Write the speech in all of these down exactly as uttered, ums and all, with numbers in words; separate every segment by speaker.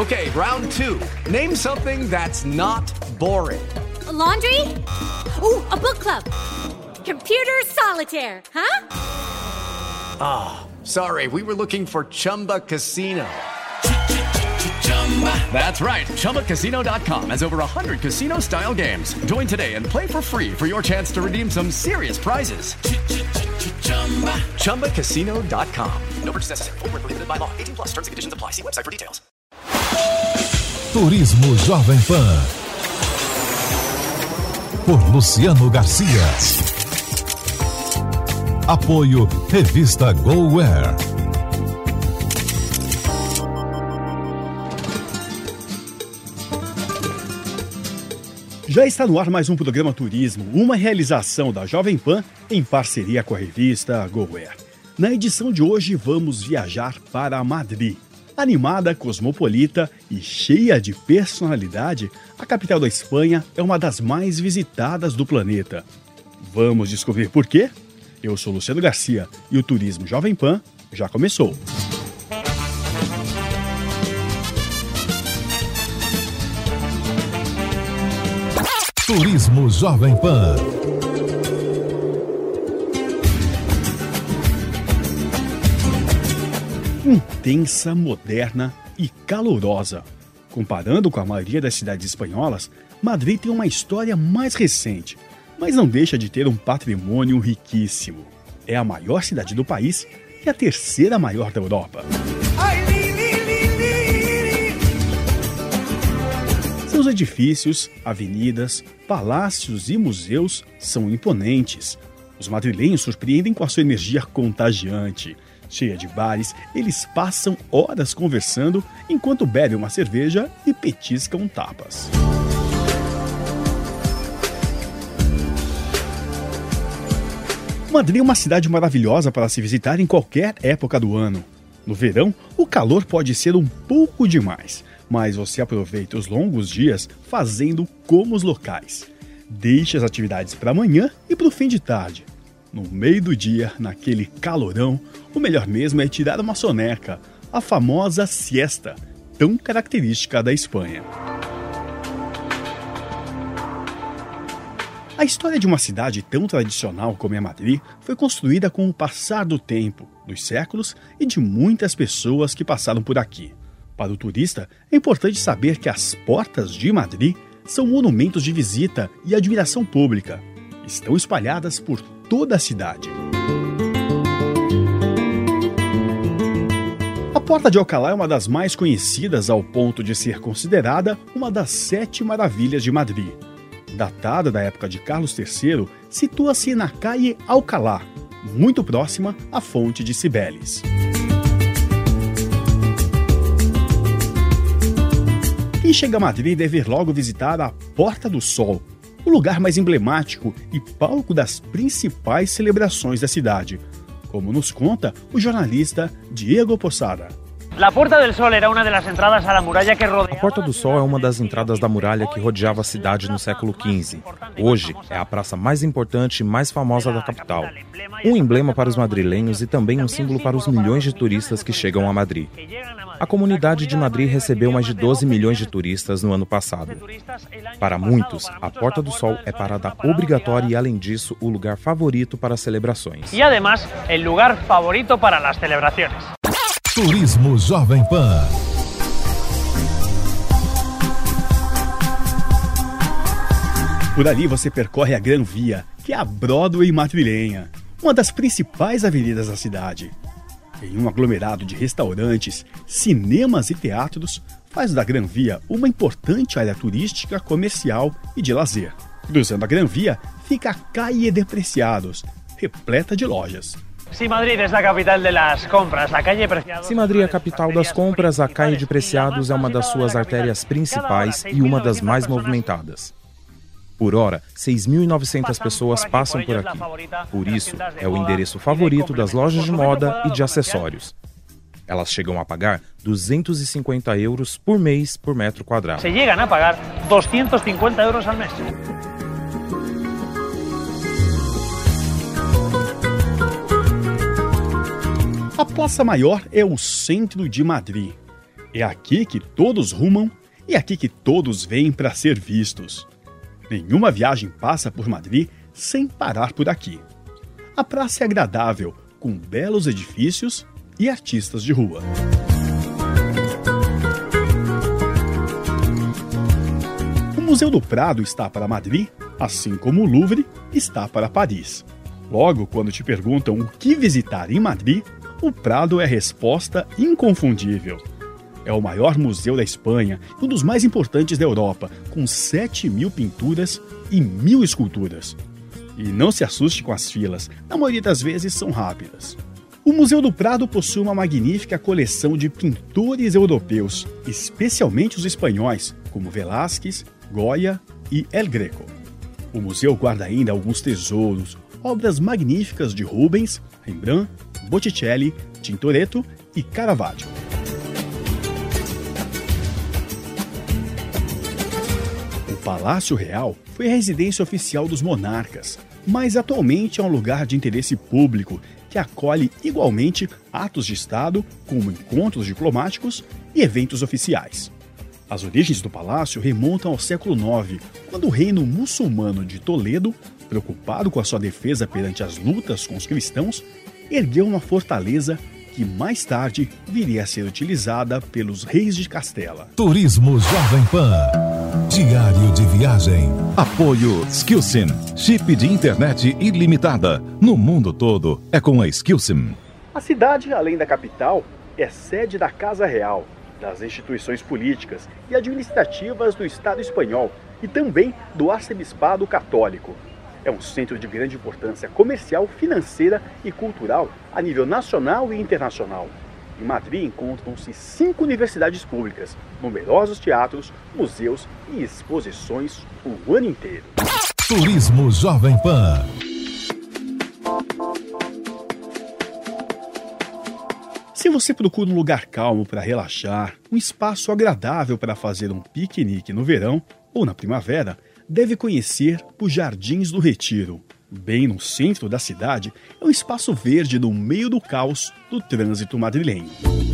Speaker 1: Okay, round two. Name something that's not boring.
Speaker 2: A laundry? Ooh, a book club. Computer solitaire, huh?
Speaker 1: Ah, oh, sorry, we were looking for Chumba Casino. That's right, Chumba Casino dot com has over one hundred casino-style games. Join today and play for free for your chance to redeem some serious prizes. Chumba Casino dot com. No purchase necessary. Void where prohibited by law. eighteen plus terms and conditions apply. See website for details.
Speaker 3: Turismo Jovem Pan. Por Luciano Garcia. Apoio Revista GoWare.
Speaker 4: Já está no ar mais um programa Turismo, uma realização da Jovem Pan em parceria com a revista GoWare. Na edição de hoje vamos viajar para Madrid. Animada, cosmopolita e cheia de personalidade, a capital da Espanha é uma das mais visitadas do planeta. Vamos descobrir por quê? Eu sou Luciano Garcia e o Turismo Jovem Pan já começou.
Speaker 3: Turismo Jovem Pan.
Speaker 4: Intensa, moderna e calorosa. Comparando com a maioria das cidades espanholas, Madrid tem uma história mais recente, mas não deixa de ter um patrimônio riquíssimo. É a maior cidade do país e a terceira maior da Europa. Seus edifícios, avenidas, palácios e museus são imponentes. Os madrilenhos surpreendem com a sua energia contagiante. Cheia de bares, eles passam horas conversando enquanto bebem uma cerveja e petiscam tapas. Madrid é uma cidade maravilhosa para se visitar em qualquer época do ano. No verão, o calor pode ser um pouco demais, mas você aproveita os longos dias fazendo como os locais. Deixe as atividades para amanhã e para o fim de tarde. No meio do dia, naquele calorão, o melhor mesmo é tirar uma soneca, a famosa siesta, tão característica da Espanha. A história de uma cidade tão tradicional como é Madrid foi construída com o passar do tempo, dos séculos e de muitas pessoas que passaram por aqui. Para o turista, é importante saber que as portas de Madrid são monumentos de visita e admiração pública. Estão espalhadas por toda a cidade. A Porta de Alcalá é uma das mais conhecidas ao ponto de ser considerada uma das sete maravilhas de Madrid. Datada da época de Carlos terceiro, situa-se na Calle Alcalá, muito próxima à fonte de Cibeles. Quem chega a Madrid deve ir logo visitar a Porta do Sol, o lugar mais emblemático e palco das principais celebrações da cidade, como nos conta o jornalista Diego Posada.
Speaker 5: A Porta do Sol era uma das entradas à muralha que rodeava...
Speaker 6: A Porta do Sol é uma das entradas da muralha que rodeava a cidade no século quinze. Hoje é a praça mais importante e mais famosa da capital. Um emblema para os madrilenhos e também um símbolo para os milhões de turistas que chegam a Madrid. A comunidade de Madrid recebeu mais de doze milhões de turistas no ano passado. Para muitos, a Porta do Sol é parada obrigatória e, além disso, o lugar favorito para as celebrações.
Speaker 5: E, además, o lugar favorito para as celebrações.
Speaker 3: Turismo Jovem Pan.
Speaker 4: Por ali você percorre a Gran Via, que é a Broadway madrilenha, uma das principais avenidas da cidade. Em um aglomerado de restaurantes, cinemas e teatros, faz da Gran Via uma importante área turística, comercial e de lazer. Cruzando a Gran Via fica a Calle de Preciados, repleta de lojas.
Speaker 5: Se Madrid é a capital das compras, a Calle Preciados...
Speaker 6: Se Madrid é a capital das compras, a Calle de Preciados é uma das suas artérias principais e uma das mais movimentadas. Por hora, seis mil e novecentas pessoas passam por aqui. Por isso, é o endereço favorito das lojas de moda e de acessórios. Elas chegam a pagar duzentos e cinquenta euros por mês por metro quadrado.
Speaker 5: Se chegam a pagar duzentos e cinquenta euros ao mês.
Speaker 4: A Praça Maior é o centro de Madrid. É aqui que todos rumam e é aqui que todos vêm para ser vistos. Nenhuma viagem passa por Madrid sem parar por aqui. A praça é agradável, com belos edifícios e artistas de rua. O Museu do Prado está para Madrid, assim como o Louvre está para Paris. Logo, quando te perguntam o que visitar em Madrid, o Prado é a resposta inconfundível. É o maior museu da Espanha e um dos mais importantes da Europa, com sete mil pinturas e mil esculturas. E não se assuste com as filas, na maioria das vezes são rápidas. O Museu do Prado possui uma magnífica coleção de pintores europeus, especialmente os espanhóis, como Velázquez, Goya e El Greco. O museu guarda ainda alguns tesouros, obras magníficas de Rubens, Rembrandt, Botticelli, Tintoretto e Caravaggio. O Palácio Real foi a residência oficial dos monarcas, mas atualmente é um lugar de interesse público que acolhe igualmente atos de Estado, como encontros diplomáticos e eventos oficiais. As origens do palácio remontam ao século nove, quando o reino muçulmano de Toledo, preocupado com a sua defesa perante as lutas com os cristãos, ergueu uma fortaleza que mais tarde viria a ser utilizada pelos reis de Castela.
Speaker 3: Turismo Jovem Pan. Diário de viagem.
Speaker 7: Apoio Skillsim. Chip de internet ilimitada. No mundo todo é com a Skillsim.
Speaker 4: A cidade, além da capital, é sede da Casa Real, das instituições políticas e administrativas do Estado espanhol e também do Arcebispado Católico. É um centro de grande importância comercial, financeira e cultural a nível nacional e internacional. Em Madrid encontram-se cinco universidades públicas, numerosos teatros, museus e exposições o ano inteiro.
Speaker 3: Turismo Jovem Pan.
Speaker 4: Se você procura um lugar calmo para relaxar, um espaço agradável para fazer um piquenique no verão ou na primavera, deve conhecer os Jardins do Retiro. Bem no centro da cidade, é um espaço verde no meio do caos do trânsito madrilenho.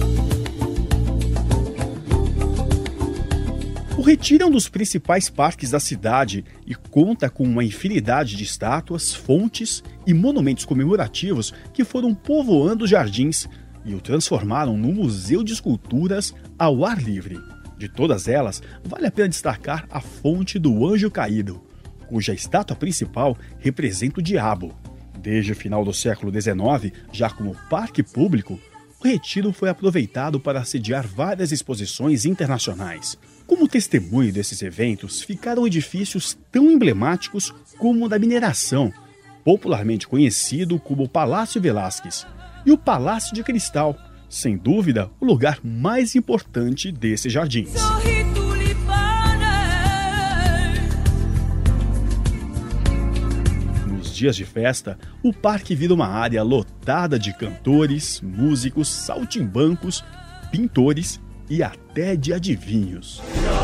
Speaker 4: O Retiro é um dos principais parques da cidade e conta com uma infinidade de estátuas, fontes e monumentos comemorativos que foram povoando os jardins e o transformaram num museu de esculturas ao ar livre. De todas elas, vale a pena destacar a Fonte do Anjo Caído, cuja estátua principal representa o diabo. Desde o final do século dezenove, já como parque público, o Retiro foi aproveitado para sediar várias exposições internacionais. Como testemunho desses eventos, ficaram edifícios tão emblemáticos como o da mineração, popularmente conhecido como o Palácio Velázquez, e o Palácio de Cristal, sem dúvida, o lugar mais importante desses jardins. Nos dias de festa, o parque vira uma área lotada de cantores, músicos, saltimbancos, pintores e até de adivinhos.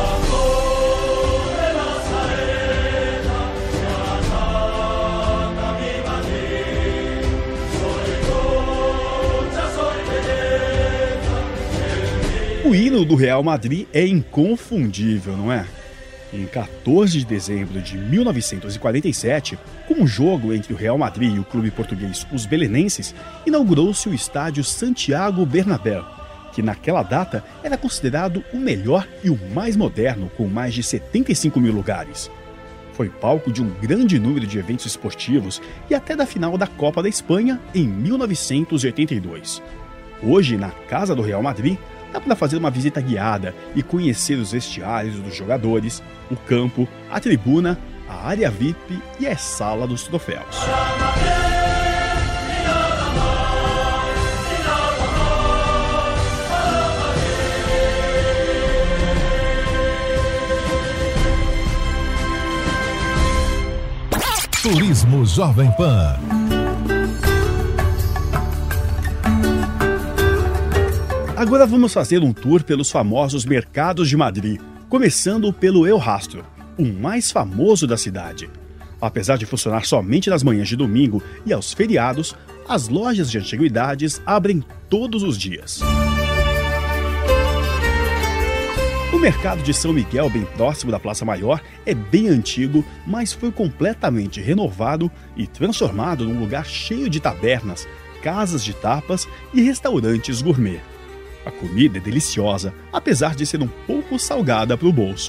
Speaker 4: O hino do Real Madrid é inconfundível, não é? Em quatorze de dezembro de mil novecentos e quarenta e sete, com um jogo entre o Real Madrid e o clube português Os Belenenses, inaugurou-se o estádio Santiago Bernabéu, que naquela data era considerado o melhor e o mais moderno, com mais de setenta e cinco mil lugares. Foi palco de um grande número de eventos esportivos e até da final da Copa da Espanha em mil novecentos e oitenta e dois. Hoje, na Casa do Real Madrid, dá para fazer uma visita guiada e conhecer os vestiários dos jogadores, o campo, a tribuna, a área V I P e a sala dos troféus.
Speaker 3: Turismo Jovem Pan.
Speaker 4: Agora vamos fazer um tour pelos famosos mercados de Madrid, começando pelo El Rastro, o mais famoso da cidade. Apesar de funcionar somente nas manhãs de domingo e aos feriados, as lojas de antiguidades abrem todos os dias. mercado de São Miguel, bem próximo da Praça Maior, é bem antigo, mas foi completamente renovado e transformado num lugar cheio de tabernas, casas de tapas e restaurantes gourmet. A comida é deliciosa, apesar de ser um pouco salgada para o bolso.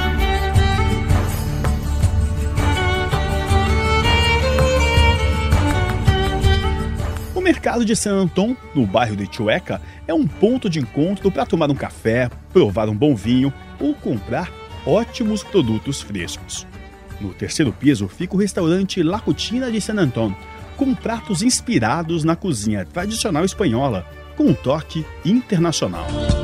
Speaker 4: O mercado de Sant Antón, no bairro de Chueca, é um ponto de encontro para tomar um café, provar um bom vinho ou comprar ótimos produtos frescos. No terceiro piso fica o restaurante La Cucina de Sant Antón, com pratos inspirados na cozinha tradicional espanhola, com um toque internacional.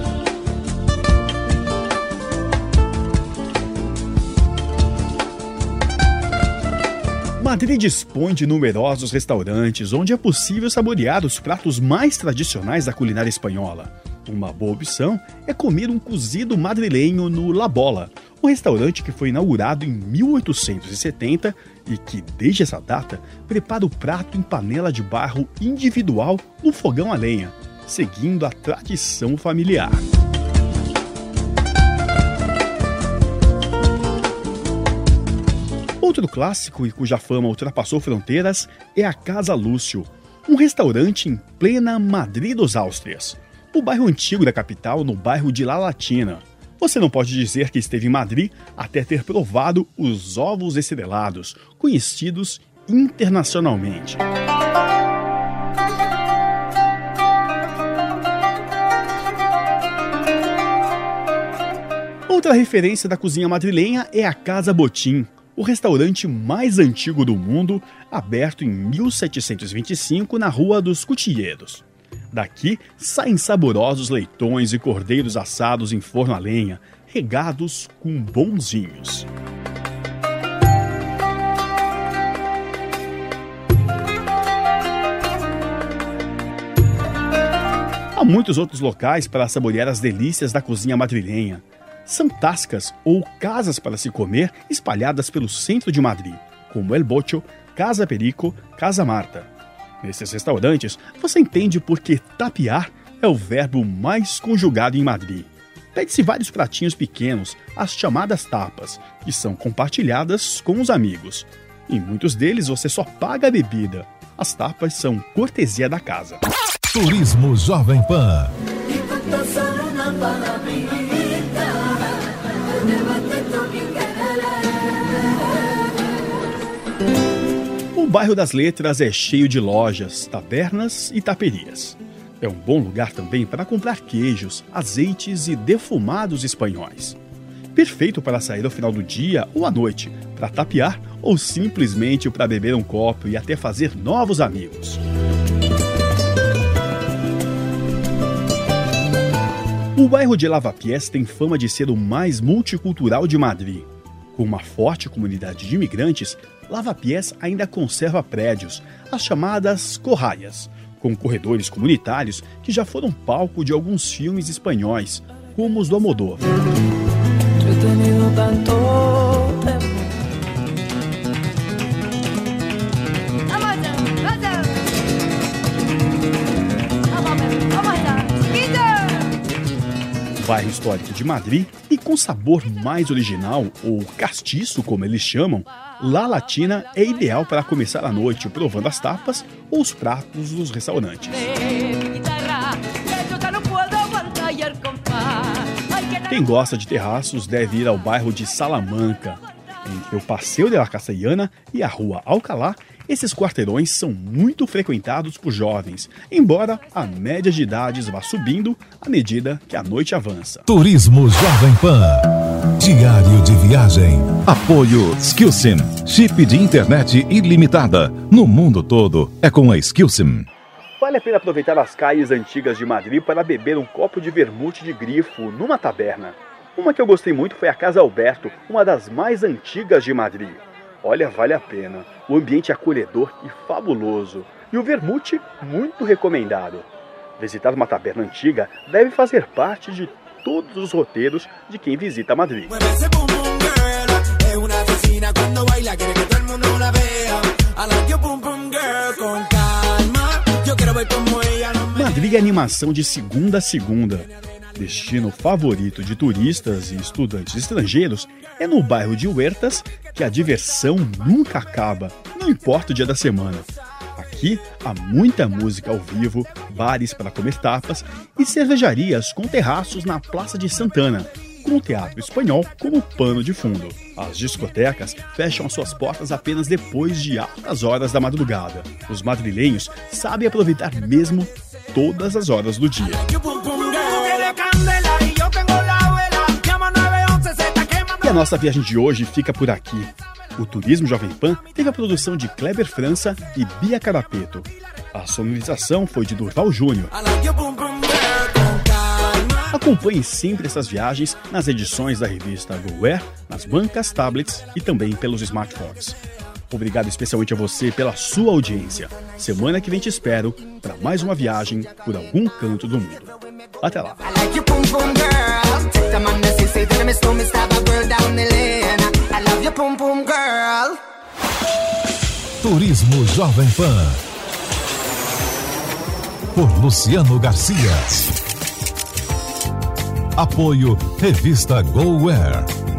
Speaker 4: Madrid dispõe de numerosos restaurantes onde é possível saborear os pratos mais tradicionais da culinária espanhola. Uma boa opção é comer um cozido madrilenho no La Bola, um restaurante que foi inaugurado em mil oitocentos e setenta e que, desde essa data, prepara o prato em panela de barro individual no fogão a lenha, seguindo a tradição familiar. Outro clássico e cuja fama ultrapassou fronteiras é a Casa Lúcio, um restaurante em plena Madrid dos Áustrias, o bairro antigo da capital, no bairro de La Latina. Você não pode dizer que esteve em Madrid até ter provado os ovos estrelados, conhecidos internacionalmente. Outra referência da cozinha madrilenha é a Casa Botín, o restaurante mais antigo do mundo, aberto em mil setecentos e vinte e cinco na Rua dos Cuchilleiros. Daqui saem saborosos leitões e cordeiros assados em forno a lenha, regados com bons vinhos. Há muitos outros locais para saborear as delícias da cozinha madrilenha. São tascas ou casas para se comer espalhadas pelo centro de Madrid, como El Bocho, Casa Perico, Casa Marta. Nesses restaurantes, você entende por que tapear é o verbo mais conjugado em Madrid. Pede-se vários pratinhos pequenos, as chamadas tapas, que são compartilhadas com os amigos. Em muitos deles você só paga a bebida. As tapas são cortesia da casa.
Speaker 3: Turismo Jovem Pan.
Speaker 4: O bairro das Letras é cheio de lojas, tabernas e taperias. É um bom lugar também para comprar queijos, azeites e defumados espanhóis. Perfeito para sair ao final do dia ou à noite, para tapear ou simplesmente para beber um copo e até fazer novos amigos. O bairro de Lavapiés tem fama de ser o mais multicultural de Madrid. Com uma forte comunidade de imigrantes, Lavapiés ainda conserva prédios, as chamadas corraias, com corredores comunitários que já foram palco de alguns filmes espanhóis, como os do Almodóvar. Bairro histórico de Madrid e com sabor mais original, ou castiço como eles chamam, La Latina é ideal para começar a noite provando as tapas ou os pratos dos restaurantes. Quem gosta de terraços deve ir ao bairro de Salamanca. Entre o Passeio de la Castellana e a Rua Alcalá, esses quarteirões são muito frequentados por jovens, embora a média de idades vá subindo à medida que a noite avança.
Speaker 3: Turismo Jovem Pan. Diário de viagem.
Speaker 7: Apoio Skillsim. Chip de internet ilimitada. No mundo todo é com a Skillsim.
Speaker 4: Vale a pena aproveitar as calles antigas de Madrid para beber um copo de vermute de grifo numa taberna. Uma que eu gostei muito foi a Casa Alberto, uma das mais antigas de Madrid. Olha, vale a pena. O ambiente é acolhedor e fabuloso. E o vermute, muito recomendado. Visitar uma taberna antiga deve fazer parte de todos os roteiros de quem visita Madrid. Madrid é animação de segunda a segunda. Destino favorito de turistas e estudantes estrangeiros é no bairro de Huertas, que a diversão nunca acaba, não importa o dia da semana. Aqui há muita música ao vivo, bares para comer tapas e cervejarias com terraços na Praça de Santana, com o teatro espanhol como pano de fundo. As discotecas fecham as suas portas apenas depois de altas horas da madrugada. Os madrilenhos sabem aproveitar mesmo todas as horas do dia. E a nossa viagem de hoje fica por aqui. O Turismo Jovem Pan teve a produção de Kleber França e Bia Carapeto. A sonorização foi de Durval Júnior. Acompanhe sempre essas viagens nas edições da revista GoWare, nas bancas, tablets e também pelos smartphones. Obrigado especialmente a você pela sua audiência. Semana que vem te espero para mais uma viagem por algum canto do mundo. Até lá!
Speaker 3: Turismo Jovem Pan. Por Luciano Garcia. Apoio Revista GoWare.